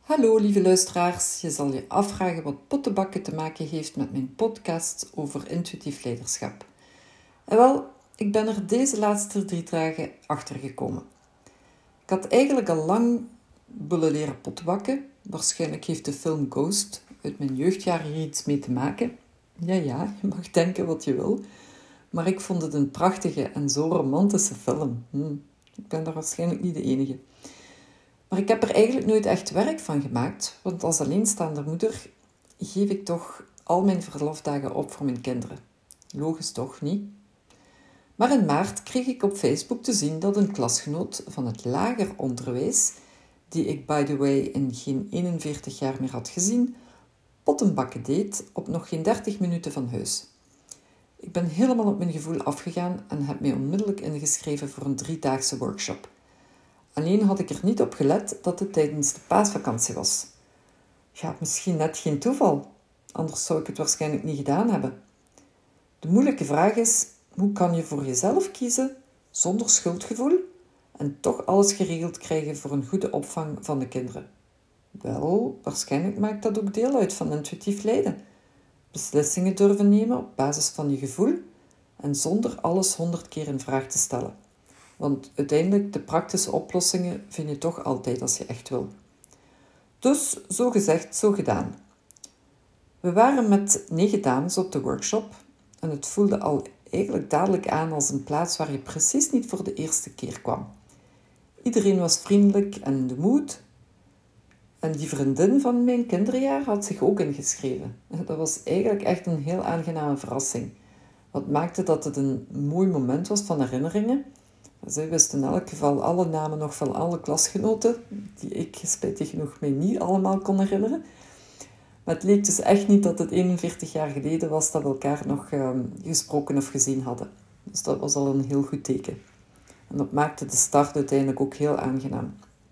Hallo lieve luisteraars, je zal je afvragen wat pottenbakken te maken heeft met mijn podcast over intuïtief leiderschap. En wel, ik ben er deze laatste 3 dagen achter gekomen. Ik had eigenlijk al lang willen leren pottenbakken. Waarschijnlijk heeft de film Ghost uit mijn jeugdjaren hier iets mee te maken. Ja, je mag denken wat je wil. Maar ik vond het een prachtige en zo romantische film. Ik ben daar waarschijnlijk niet de enige. Maar ik heb er eigenlijk nooit echt werk van gemaakt, want als alleenstaande moeder geef ik toch al mijn verlofdagen op voor mijn kinderen. Logisch toch, niet? Maar in maart kreeg ik op Facebook te zien dat een klasgenoot van het lager onderwijs, die ik by the way in geen 41 jaar meer had gezien, pottenbakken deed op nog geen 30 minuten van huis. Ik ben helemaal op mijn gevoel afgegaan en heb mij onmiddellijk ingeschreven voor een 3-daagse workshop. Alleen had ik er niet op gelet dat het tijdens de paasvakantie was. Ja, misschien net geen toeval, anders zou ik het waarschijnlijk niet gedaan hebben. De moeilijke vraag is, hoe kan je voor jezelf kiezen zonder schuldgevoel en toch alles geregeld krijgen voor een goede opvang van de kinderen? Wel, waarschijnlijk maakt dat ook deel uit van intuïtief leiden. Beslissingen durven nemen op basis van je gevoel en zonder alles 100 keer in vraag te stellen. Want uiteindelijk, de praktische oplossingen vind je toch altijd als je echt wil. Dus, zo gezegd, zo gedaan. We waren met 9 dames op de workshop en het voelde al eigenlijk dadelijk aan als een plaats waar je precies niet voor de eerste keer kwam. Iedereen was vriendelijk en in de mood. En die vriendin van mijn kinderjaar had zich ook ingeschreven. Dat was eigenlijk echt een heel aangename verrassing. Wat maakte dat het een mooi moment was van herinneringen. Zij wist in elk geval alle namen nog van alle klasgenoten, die ik spijtig genoeg mij niet allemaal kon herinneren. Maar het leek dus echt niet dat het 41 jaar geleden was dat we elkaar nog gesproken of gezien hadden. Dus dat was al een heel goed teken. En dat maakte de start uiteindelijk ook heel aangenaam.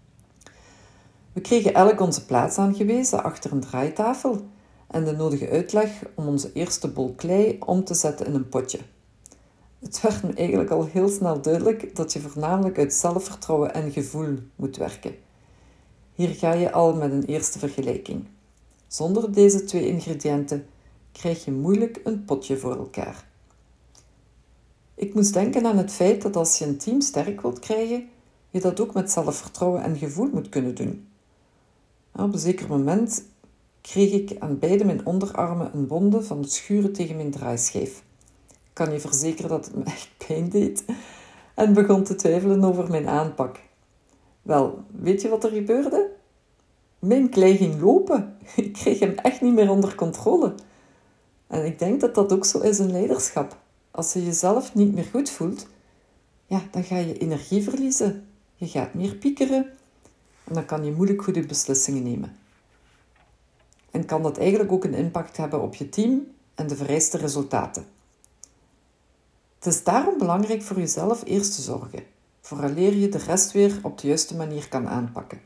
We kregen elk onze plaats aangewezen achter een draaitafel en de nodige uitleg om onze eerste bol klei om te zetten in een potje. Het werd me eigenlijk al heel snel duidelijk dat je voornamelijk uit zelfvertrouwen en gevoel moet werken. Hier ga je al met een eerste vergelijking. Zonder deze 2 ingrediënten krijg je moeilijk een potje voor elkaar. Ik moest denken aan het feit dat als je een team sterk wilt krijgen, je dat ook met zelfvertrouwen en gevoel moet kunnen doen. Op een zeker moment kreeg ik aan beide mijn onderarmen een wonde van het schuren tegen mijn draaischijf. Ik kan je verzekeren dat het me echt pijn deed en begon te twijfelen over mijn aanpak. Wel, weet je wat er gebeurde? Mijn klei ging lopen. Ik kreeg hem echt niet meer onder controle. En ik denk dat dat ook zo is in leiderschap. Als je jezelf niet meer goed voelt, dan ga je energie verliezen. Je gaat meer piekeren en dan kan je moeilijk goede beslissingen nemen. En kan dat eigenlijk ook een impact hebben op je team en de vereiste resultaten. Het is daarom belangrijk voor jezelf eerst te zorgen, vooraleer je de rest weer op de juiste manier kan aanpakken.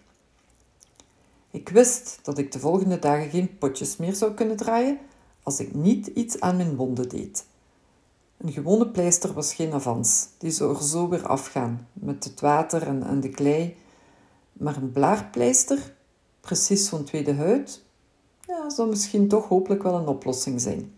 Ik wist dat ik de volgende dagen geen potjes meer zou kunnen draaien als ik niet iets aan mijn wonden deed. Een gewone pleister was geen avans, die zou er zo weer afgaan, met het water en de klei. Maar een blaarpleister, precies zo'n tweede huid, zou misschien toch hopelijk wel een oplossing zijn.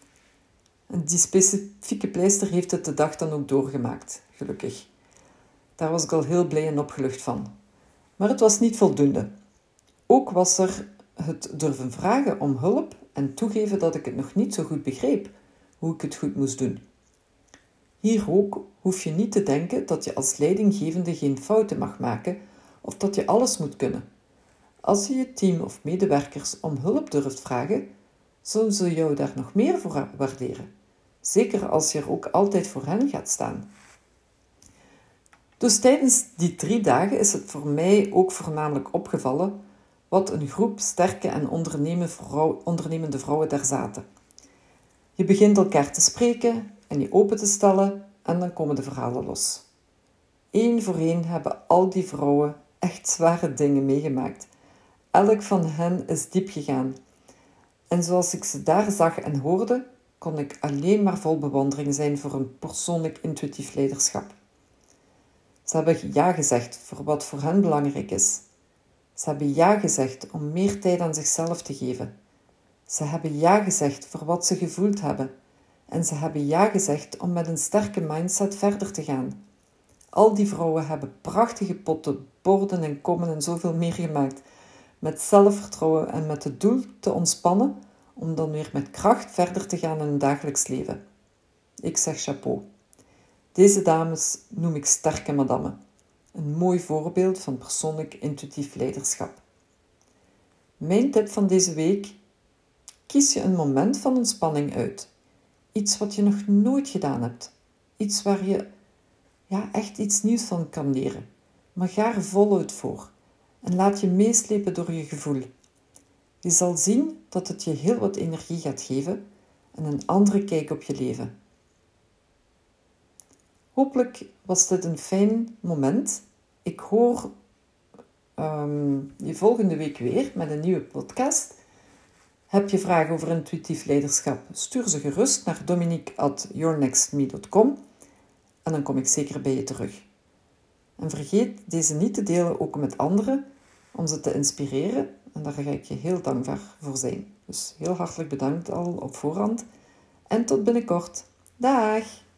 En die specifieke pleister heeft het de dag dan ook doorgemaakt, gelukkig. Daar was ik al heel blij en opgelucht van. Maar het was niet voldoende. Ook was er het durven vragen om hulp en toegeven dat ik het nog niet zo goed begreep, hoe ik het goed moest doen. Hier ook hoef je niet te denken dat je als leidinggevende geen fouten mag maken of dat je alles moet kunnen. Als je je team of medewerkers om hulp durft vragen, zullen ze jou daar nog meer voor waarderen. Zeker als je er ook altijd voor hen gaat staan. Dus tijdens die 3 dagen is het voor mij ook voornamelijk opgevallen wat een groep sterke en ondernemende vrouwen daar zaten. Je begint elkaar te spreken en je open te stellen en dan komen de verhalen los. Eén voor één hebben al die vrouwen echt zware dingen meegemaakt. Elk van hen is diep gegaan. En zoals ik ze daar zag en hoorde, kon ik alleen maar vol bewondering zijn voor een persoonlijk intuïtief leiderschap. Ze hebben ja gezegd voor wat voor hen belangrijk is. Ze hebben ja gezegd om meer tijd aan zichzelf te geven. Ze hebben ja gezegd voor wat ze gevoeld hebben. En ze hebben ja gezegd om met een sterke mindset verder te gaan. Al die vrouwen hebben prachtige potten, borden en kommen en zoveel meer gemaakt. Met zelfvertrouwen en met het doel te ontspannen om dan weer met kracht verder te gaan in hun dagelijks leven. Ik zeg chapeau. Deze dames noem ik sterke madammen. Een mooi voorbeeld van persoonlijk intuïtief leiderschap. Mijn tip van deze week: kies je een moment van ontspanning uit. Iets wat je nog nooit gedaan hebt. Iets waar je echt iets nieuws van kan leren. Maar ga er voluit voor. En laat je meeslepen door je gevoel. Je zal zien dat het je heel wat energie gaat geven en een andere kijk op je leven. Hopelijk was dit een fijn moment. Ik hoor je volgende week weer met een nieuwe podcast. Heb je vragen over intuïtief leiderschap? Stuur ze gerust naar dominique@yournextme.com en dan kom ik zeker bij je terug. En vergeet deze niet te delen ook met anderen, om ze te inspireren. En daar ga ik je heel dankbaar voor zijn. Dus heel hartelijk bedankt al op voorhand. En tot binnenkort. Dag!